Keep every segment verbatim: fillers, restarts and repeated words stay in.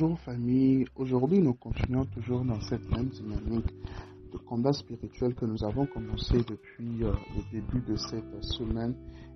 Bonjour famille, aujourd'hui nous continuons toujours dans cette même dynamique de combat spirituel que nous avons commencé depuis euh, le début de cette semaine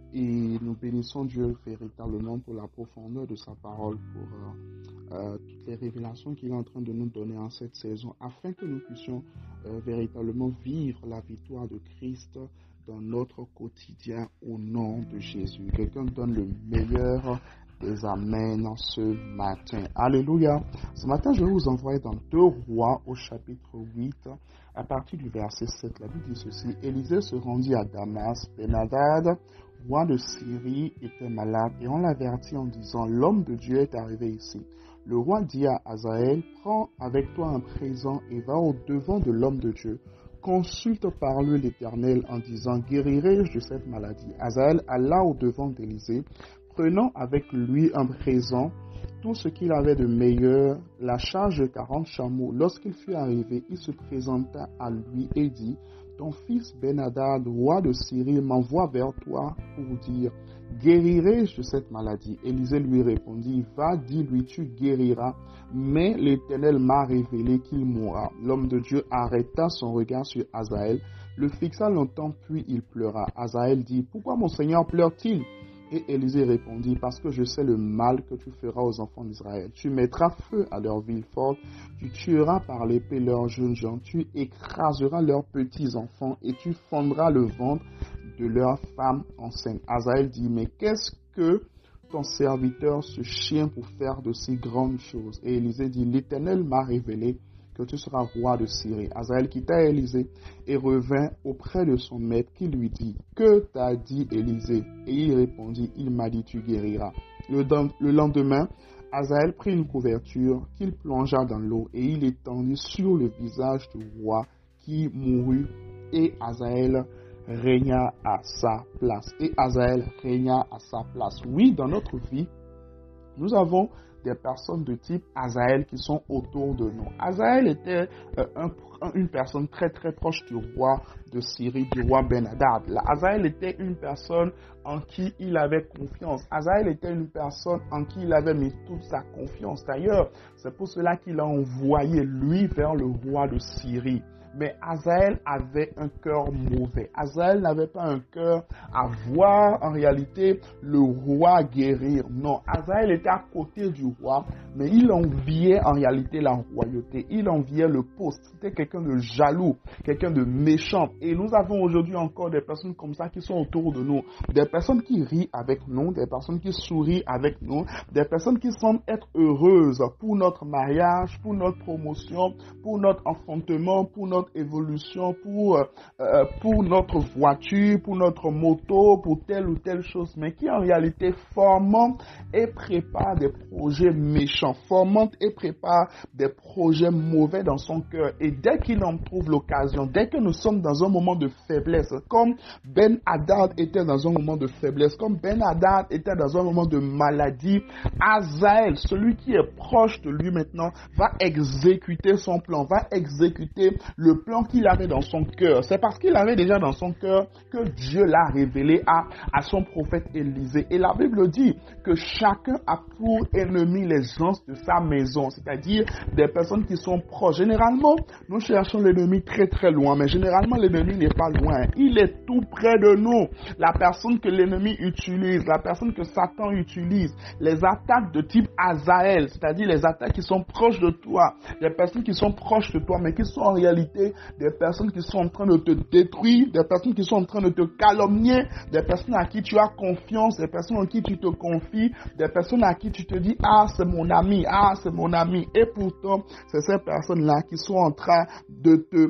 et nous bénissons Dieu véritablement pour la profondeur de sa parole, pour euh, euh, toutes les révélations qu'il est en train de nous donner en cette saison afin que nous puissions euh, véritablement vivre la victoire de Christ dans notre quotidien au nom de Jésus. Quelqu'un donne le meilleur des amens ce matin. Alléluia. Ce matin, je vais vous envoyer dans deux Rois au chapitre huit, à partir du verset sept. La Bible dit ceci: Élisée se rendit à Damas. Ben-Hadad, roi de Syrie, était malade et on l'avertit en disant: L'homme de Dieu est arrivé ici. Le roi dit à Hazaël: Prends avec toi un présent et va au devant de l'homme de Dieu. Consulte par lui l'Éternel en disant: Guérirai-je de cette maladie? Hazaël alla au devant d'Élisée, prenant avec lui un présent, tout ce qu'il avait de meilleur, la charge de quarante chameaux. Lorsqu'il fut arrivé, il se présenta à lui et dit: Ton fils Ben-Hadad, roi de Syrie, m'envoie vers toi pour dire: Guérirai-je de cette maladie? Élisée lui répondit: Va, dis-lui, tu guériras, mais l'Éternel m'a révélé qu'il mourra. L'homme de Dieu arrêta son regard sur Hazaël, le fixa longtemps, puis il pleura. Hazaël dit: Pourquoi mon Seigneur pleure-t-il? Et Élisée répondit: Parce que je sais le mal que tu feras aux enfants d'Israël. Tu mettras feu à leurs villes fortes, tu tueras par l'épée leurs jeunes gens, tu écraseras leurs petits enfants et tu fondras le ventre de leurs femmes enceintes. Hazaël dit: Mais qu'est-ce que ton serviteur ce chien pour faire de si grandes choses? Et Élisée dit: L'Éternel m'a révélé que tu seras roi de Syrie. Hazaël quitta Élisée et revint auprès de son maître qui lui dit: Que t'a dit Élisée? Et il répondit: Il m'a dit: Tu guériras. Le, le lendemain, Hazaël prit une couverture qu'il plongea dans l'eau et il étendit sur le visage du roi qui mourut, et Hazaël régna à sa place. Et Hazaël régna à sa place. Oui, dans notre vie, nous avons des personnes de type Hazaël qui sont autour de nous. Hazaël était euh, un, une personne très très proche du roi de Syrie, du roi Ben-Hadad. Hazaël était une personne en qui il avait confiance. Hazaël était une personne en qui il avait mis toute sa confiance. D'ailleurs, c'est pour cela qu'il a envoyé lui vers le roi de Syrie. Mais Hazaël avait un cœur mauvais. Hazaël n'avait pas un cœur à voir en réalité le roi guérir. Non, Hazaël était à côté du roi, mais il enviait en réalité la royauté. Il enviait le poste. C'était quelqu'un de jaloux, quelqu'un de méchant. Et nous avons aujourd'hui encore des personnes comme ça qui sont autour de nous. Des personnes qui rient avec nous, des personnes qui sourient avec nous, des personnes qui semblent être heureuses pour notre mariage, pour notre promotion, pour notre enfantement, pour notre évolution, pour, euh, pour notre voiture, pour notre moto, pour telle ou telle chose, mais qui en réalité fomentent et préparent des projets méchants, fomentent et préparent des projets mauvais dans son cœur. Et dès qu'il en trouve l'occasion, dès que nous sommes dans un moment de faiblesse, comme Ben-Hadad était dans un moment de faiblesse, comme Ben-Hadad était dans un moment de maladie, Hazaël, celui qui est proche de lui maintenant, va exécuter son plan, va exécuter le plan qu'il avait dans son cœur. C'est parce qu'il avait déjà dans son cœur que Dieu l'a révélé à, à son prophète Élisée. Et la Bible dit que chacun a pour ennemi les gens de sa maison, c'est-à-dire des personnes qui sont proches. Généralement, nous cherchons l'ennemi très très loin, mais généralement l'ennemi n'est pas loin. Il est tout près de nous. La personne que l'ennemi utilise, la personne que Satan utilise, les attaques de type Hazaël, c'est-à-dire les attaques qui sont proches de toi, les personnes qui sont proches de toi, mais qui sont en réalité des personnes qui sont en train de te détruire, des personnes qui sont en train de te calomnier, des personnes à qui tu as confiance, des personnes à qui tu te confies, des personnes à qui tu te dis: ah, c'est mon ami, ah, c'est mon ami. Et pourtant, c'est ces personnes-là qui sont en train de te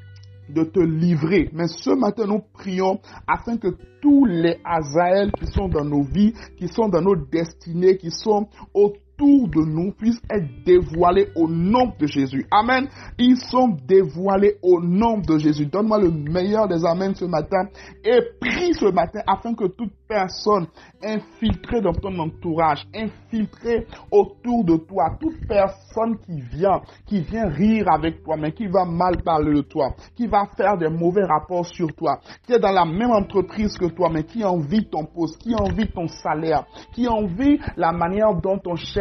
de te livrer. Mais ce matin, nous prions afin que tous les Hazaël qui sont dans nos vies, qui sont dans nos destinées, qui sont autour de nous puissent être dévoilés au nom de Jésus. Amen. Ils sont dévoilés au nom de Jésus. Donne-moi le meilleur des amens ce matin et prie ce matin afin que toute personne infiltrée dans ton entourage, infiltrée autour de toi, toute personne qui vient, qui vient rire avec toi, mais qui va mal parler de toi, qui va faire des mauvais rapports sur toi, qui est dans la même entreprise que toi, mais qui envie ton poste, qui envie ton salaire, qui envie la manière dont ton chef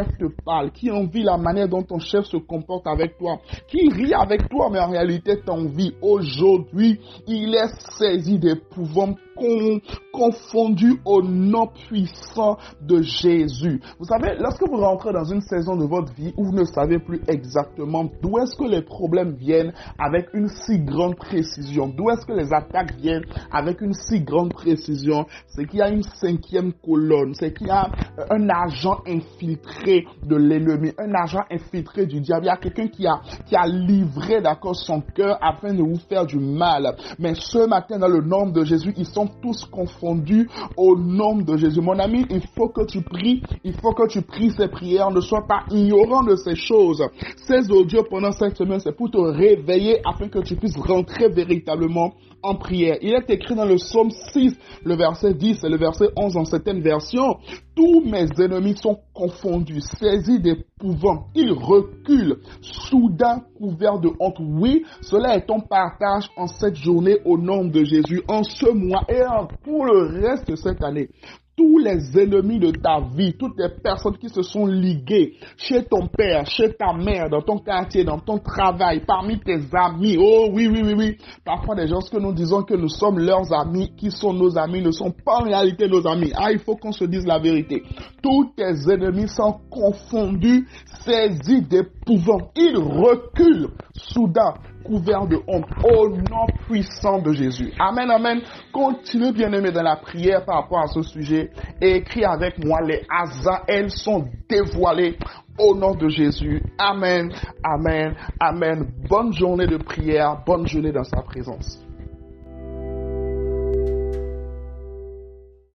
chef te parle, qui envie la manière dont ton chef se comporte avec toi, qui rit avec toi, mais en réalité t'envie. Aujourd'hui, il est saisi d'épouvante, con, confondu au nom puissant de Jésus. Vous savez, lorsque vous rentrez dans une saison de votre vie où vous ne savez plus exactement d'où est-ce que les problèmes viennent avec une si grande précision, d'où est-ce que les attaques viennent avec une si grande précision, c'est qu'il y a une cinquième colonne, c'est qu'il y a un agent infiltré de l'ennemi, un agent infiltré du diable. Il y a quelqu'un qui a, qui a livré, d'accord, son cœur afin de vous faire du mal. Mais ce matin, dans le nom de Jésus, ils sont tous confondus au nom de Jésus. Mon ami, il faut que tu pries, il faut que tu pries ces prières, ne sois pas ignorant de ces choses. Ces audios pendant cette semaine, c'est pour te réveiller afin que tu puisses rentrer véritablement en prière. Il est écrit dans le psaume six, le verset dix et le verset onze en certaines versions. Tous mes ennemis sont confondus, saisis d'épouvante. Ils reculent, soudain couverts de honte. Oui, cela est ton partage en cette journée au nom de Jésus, en ce mois et pour le reste de cette année. Tous les ennemis de ta vie, toutes les personnes qui se sont liguées chez ton père, chez ta mère, dans ton quartier, dans ton travail, parmi tes amis. Oh oui, oui, oui, oui. Parfois, des gens que nous disons que nous sommes leurs amis, qui sont nos amis, ne sont pas en réalité nos amis. Ah, il faut qu'on se dise la vérité. Tous tes ennemis sont confondus, saisis d'épouvante. Ils reculent soudain, couverts de honte, au nom puissant de Jésus. Amen, amen. Continue, bien-aimé, dans la prière par rapport à ce sujet et écris avec moi, les Hazaël sont dévoilés au nom de Jésus. Amen, amen, amen. Bonne journée de prière, bonne journée dans sa présence.